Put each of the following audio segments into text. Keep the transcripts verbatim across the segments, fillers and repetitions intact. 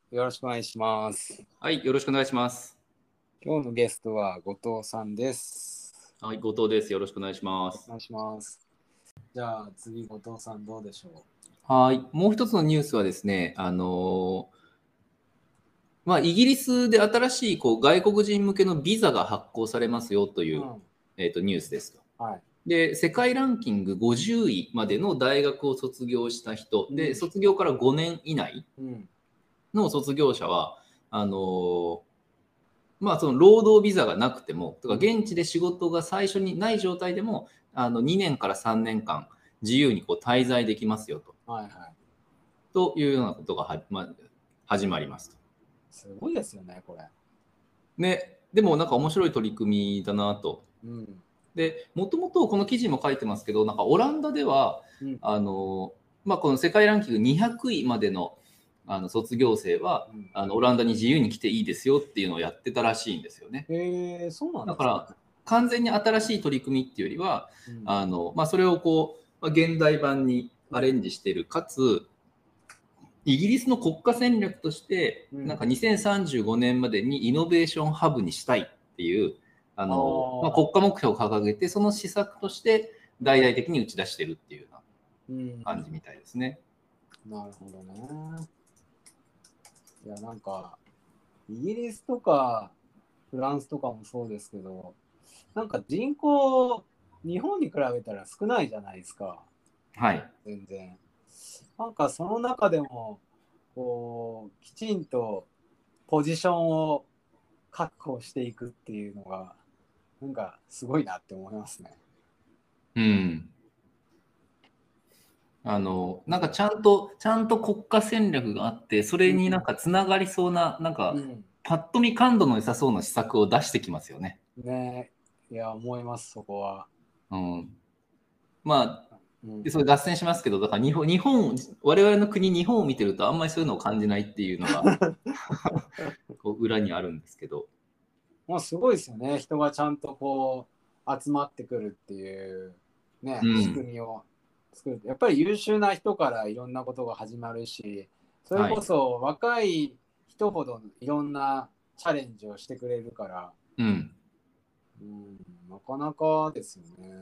よろしくお願いします。 はい、よろしくお願いします。 今日のゲストは後藤さんです。 はい、後藤です。よろしくお願いします。 お願いします。じゃあ次、後藤さんどうでしょはい、もう一つのニュースはですね、あのーまあ、イギリスで新しいこう外国人向けのビザが発行されますよという。うう、 ん。 えーと、ニュースですと。 はい。 で、世界ランキングごじゅういまでの大学を卒業した人、で、 うん。 卒業からごねん以内うん。 の卒業者は、あのーまあ、その労働ビザがなくても、とか現地で仕事が最初にない状態でも、あのにねんからさんねんかん自由にこう滞在できますよと。 はいはい。 というようなことがは、まあ、始まりますと。 すごいですよね、これ。 で、でもなんか面白い取り組みだなと。 うん。 で、もともとこの記事も書いてますけど、なんかオランダでは、 うん。 あの、まあ、この世界ランキングにひゃくいまでの、あの卒業生は、 うん。 あのオランダに自由に来ていいですよっていうのをやってたらしいんですよね。 へえ、そうなんですね。 だから完全に新しい取り組みっていうよりは、 うん。 あの、まあ、それをこう、まあ現代版にアレンジしてる、かつ、イギリスの国家戦略として、 うん。 なんかにせんさんじゅうごねんまでにイノベーションハブにしたいっていう、ああの、まあ、 あ。 国家目標を掲げて、その施策として大々的に打ち出してるっていうよううん。 な感じみたいですね。 なるほどね。いや、なんか、イギリスとかフランスとかもそうですけど、なんか人口、日本に比べたら少ないじゃないですか。 はい。 全然。なんかその中でも、こう、きちんとポジションを確保していくっていうのが、なんかすごいなって思いますね。 うん。あの、なんかちゃんと、ちゃんと国家戦略があって、それになんかつながりそうな、なんか、 うん。 パッと見感度の良さそうな施策を出してきますよね。 ねえ。いや、思います、そこは。 うん。まあ、 うん。 で、それ脱線しますけど、だから日本、日本、我々の国、日本を見てるとあんまりそういうのを感じないっていうのが、こう裏にあるんですけど。 もうすごいですよね。人がちゃんとこう、集まってくるっていうね、仕うん。 組みを作る。やっぱり優秀な人からいろんなことが始まるし、それはい。 こそ若い人ほどいろんなチャレンジをしてくれるから、 うん。 うん、なかなかですよね。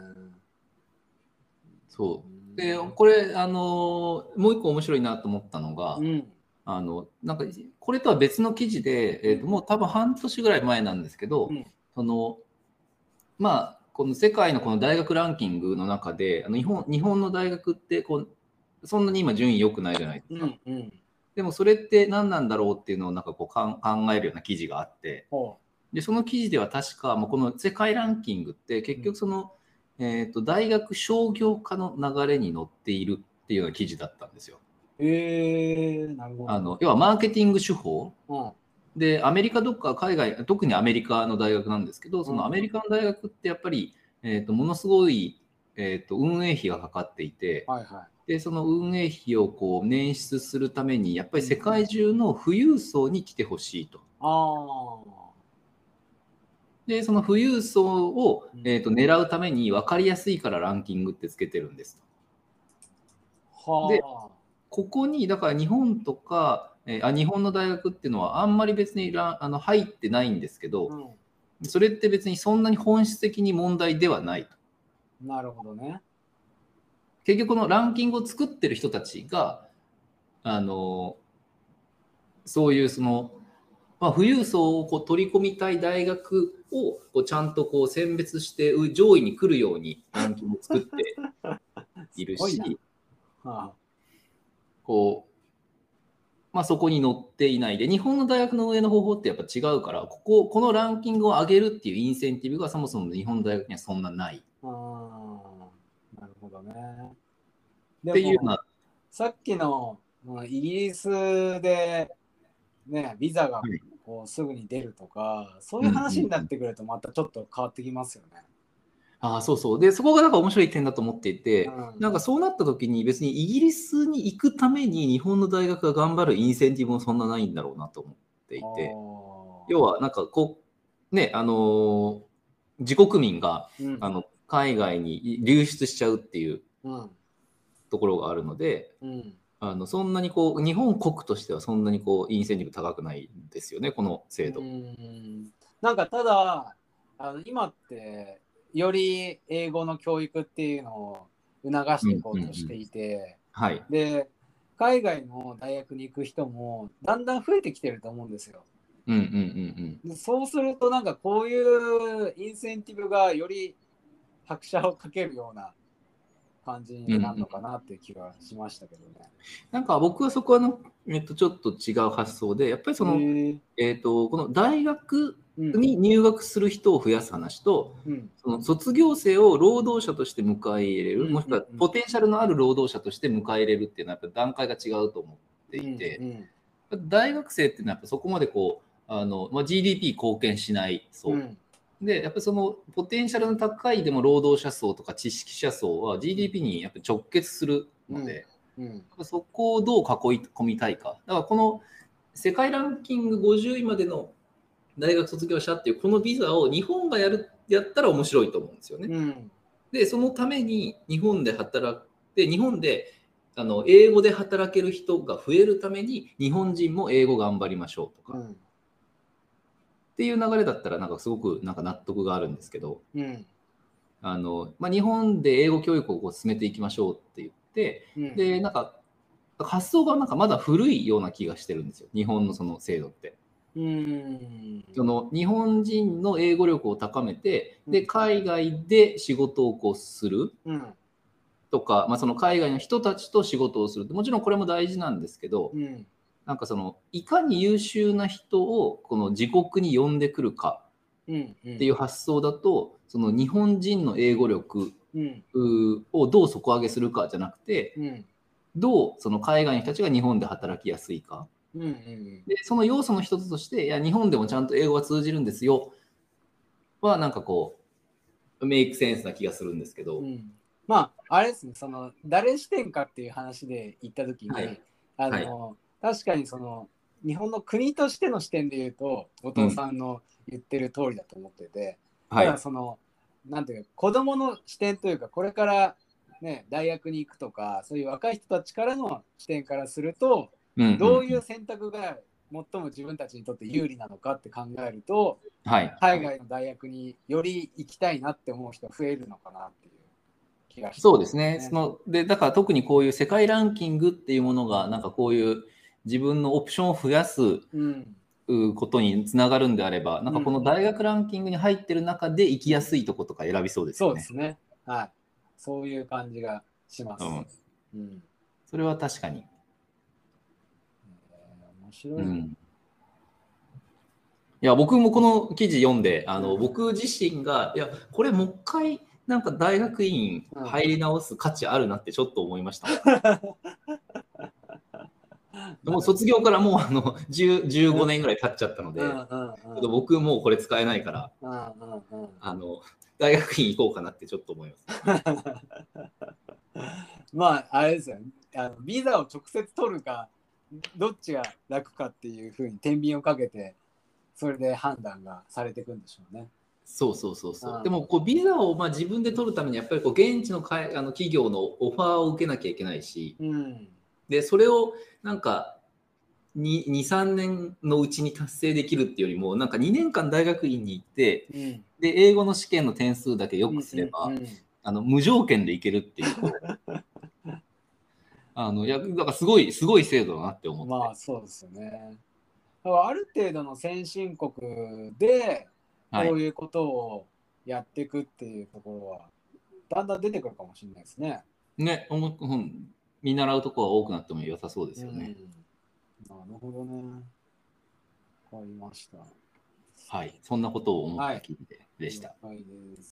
そう。で、これ、あの、もう一個面白いなと思ったのが、 うん。 あの、なんか、これとは別の記事で、えっと、 うん。 もう多分半年ぐらい前なんですけど、 うん。 その、まあ、この世界のこの大学ランキングの中で、あの日本、日本の大学ってこう、そんなに今順位良くないじゃないですか。 うん。うん。 でもそれって何なんだろうっていうのをなんかこう考えるような記事があって、 ほで、その記事では確か、もうこの世界ランキングってう。 結うん。 局その、えーと、大学商業化の流れに乗っているっていうような記事だったんですよ。 えー、なるほど。 あの要はマーケティング手法うん。 で、アメリカどっか海外、特にアメリカの大学なんですけど、そのアメうん。 リカの大学ってやっぱり、えーと、ものすごい、えーと、運営費がかかっていて、 はいはで、その運営費をこう捻出するために、やっぱい。 り世うん。 界中の富裕層に来てほしいと。 ああ。 で、その富裕層を、 うん。 えーと狙うために分かりやすいからランキングってつけてるんですと。で、 はあ。 ここに、だから日本とか、えーあ日本の大学っていうのはあんまり別にランあの入ってないんですけど、 うん。 それって別にそんなに本質的に問題ではないと。 なるほどね。 結局このランキングを作ってる人たちが、あの、そういうその、まあ、富裕層をこう取り込みたい大学をこうちゃんとこう選別して上位に来るようにランキングを作っていすごいな。 るし、 はあ。 こう、まあ、そこに載っていないで、日本の大学の運営の方法ってやっぱ違うから、ここ、このランキングを上げるっていうインセンティブがそもそも日本の大学にはそんなないっああ、なるほどね。でも、 ていうような、 さっきの、まあ、イギリスで、ね、ビザがはい、 こうすぐに出るとか、そううんういう話にんうん、 なってくると、またちょっと変わってきますよね。 ああ、そうそう。で、そこがなんか面白い点だと思っていて、 うん。 なんかそうなった時に別にイギリスに行くために日本の大学が頑張るインセンティブもそんなないんだろうなと思っていて、要はあ。 はなんかこう、ね、あのー自国民がうん。 あの海外に流出しちゃうっていううん。 ところがあるので、 うん。 あのそんなにこう日本国としてはそんなにこうインセンティブ高くないんですよね、この制度。 うん、なんかただあの今ってより英語の教育っていうのを促していこうとしていて、 うんうんうん、はい、 で海外の大学に行く人もだんだん増えてきてると思うんですよ。 うんうんうんうん、 でそうするとなんかこういうインセンティブがより拍車をかけるような感じになるのかなっていう気はしましたけどね。 なんか僕はそこはの、えっと、ちょっと違う発想で、やっぱりその、 へーえっと、この大学うんに入学する人を増やす話と、 うんその卒業生を労働者として迎え入れる、 うんもしくはうんポテンシャルのある労働者として迎え入れるっていうのはやっぱ段階が違うと思ってうんいて、 うん大学生っていうのはやっぱそこまでこうあの、まあ、ジーディーピー 貢献しない層、 うんでやっぱりそのポテンシャルの高いでも労働者層とか知識者層は ジーディーピー にやっぱ直結するので、 うんそこをどう囲い込みたいか。だからこの世界ランキングごじゅういまでの大学卒業者っていうこのビザを日本がやるやったら面白いと思うんですよね。 うんでそのために日本で働くで日本であの英語で働ける人が増えるために日本人も英語頑張りましょうとか、 うんっていう流れだったらなんかすごくなんか納得があるんですけど、 うんあの、まあ、日本で英語教育をこう進めていきましょうって言って、 うんでなんか発想がなんかまだ古いような気がしてるんですよ、日本のその制度って。 うんその日本人の英語力を高めて、で海外で仕事をこうするうんとか、まあ、その海外の人たちと仕事をするって、もちろんこれも大事なんですけど、 うんなんかそのいかに優秀な人をこの自国に呼んでくるかうんっていう発想だと、その日本人の英語力うんをどう底上げするかじゃなくて、 うんどうその海外の人たちが日本で働きやすいか。 うんうんで、その要素の一つとして、いや、日本でもちゃんと英語が通じるんですよは、なんかこう、メイクセンスな気がするんですけど、 うんまああれですね、その誰視点かっていう話で言った時に、 はいあはいの確かにその日本の国としての視点で言うと後藤さんの言ってる通りだと思ってて、 はいただそのなんていうか子供の視点というか、これからね大学に行くとかそういう若い人たちからの視点からすると、 うんうんどういう選択が最も自分たちにとって有利なのかって考えると、 はい海外の大学により行きたいなって思う人が増えるのかなっていう気がして、 そうですね。そのでだから特にこういう世界ランキングっていうものがなんかこういう自分のオプションを増やすうんことにつながるんであれば、なんかこの大学ランキングに入ってる中で行きやすいとことか選びそうですよね。 そうですね。はい。そういう感じがします。 うん、 うんそれは確かに。 えー面白い。 うん、いや僕もこの記事読んで、あの、うん、僕自身がいやこれもう一回なんか大学院入り直す価値あるなってちょっと思いました。もう卒業からもうあのじゅう、じゅうごねんぐらい経っちゃったので、僕もうこれ使えないから、あの大学院行こうかなってちょっと思います。 まああれですよね、あのビザを直接取るかどっちが楽かっていうふうに天秤をかけて、それで判断がされていくんでしょうね。 そうそうそうそう。でもこうビザをまあ自分で取るためにやっぱりこう現地のかいあの企業のオファーを受けなきゃいけないし、うん、でそれをなんかに、さんねんのうちに達成できるっていうよりも、なんかにねんかん大学院に行って、うん、で英語の試験の点数だけ良くすれば、うんうんうん、あの無条件でいけるっていうあのいやだからすごいすごい制度だなって思って。 まあそうですよね。だからある程度の先進国でこういうことをやっていくっていうところはだんだん出てくるかもしれないですね。 ね、うん、見習うところは多くなっても良さそうですよね。 うん、なるほどね。わかりました。 はい、そんなことを思った記事でした。 はい、はいです。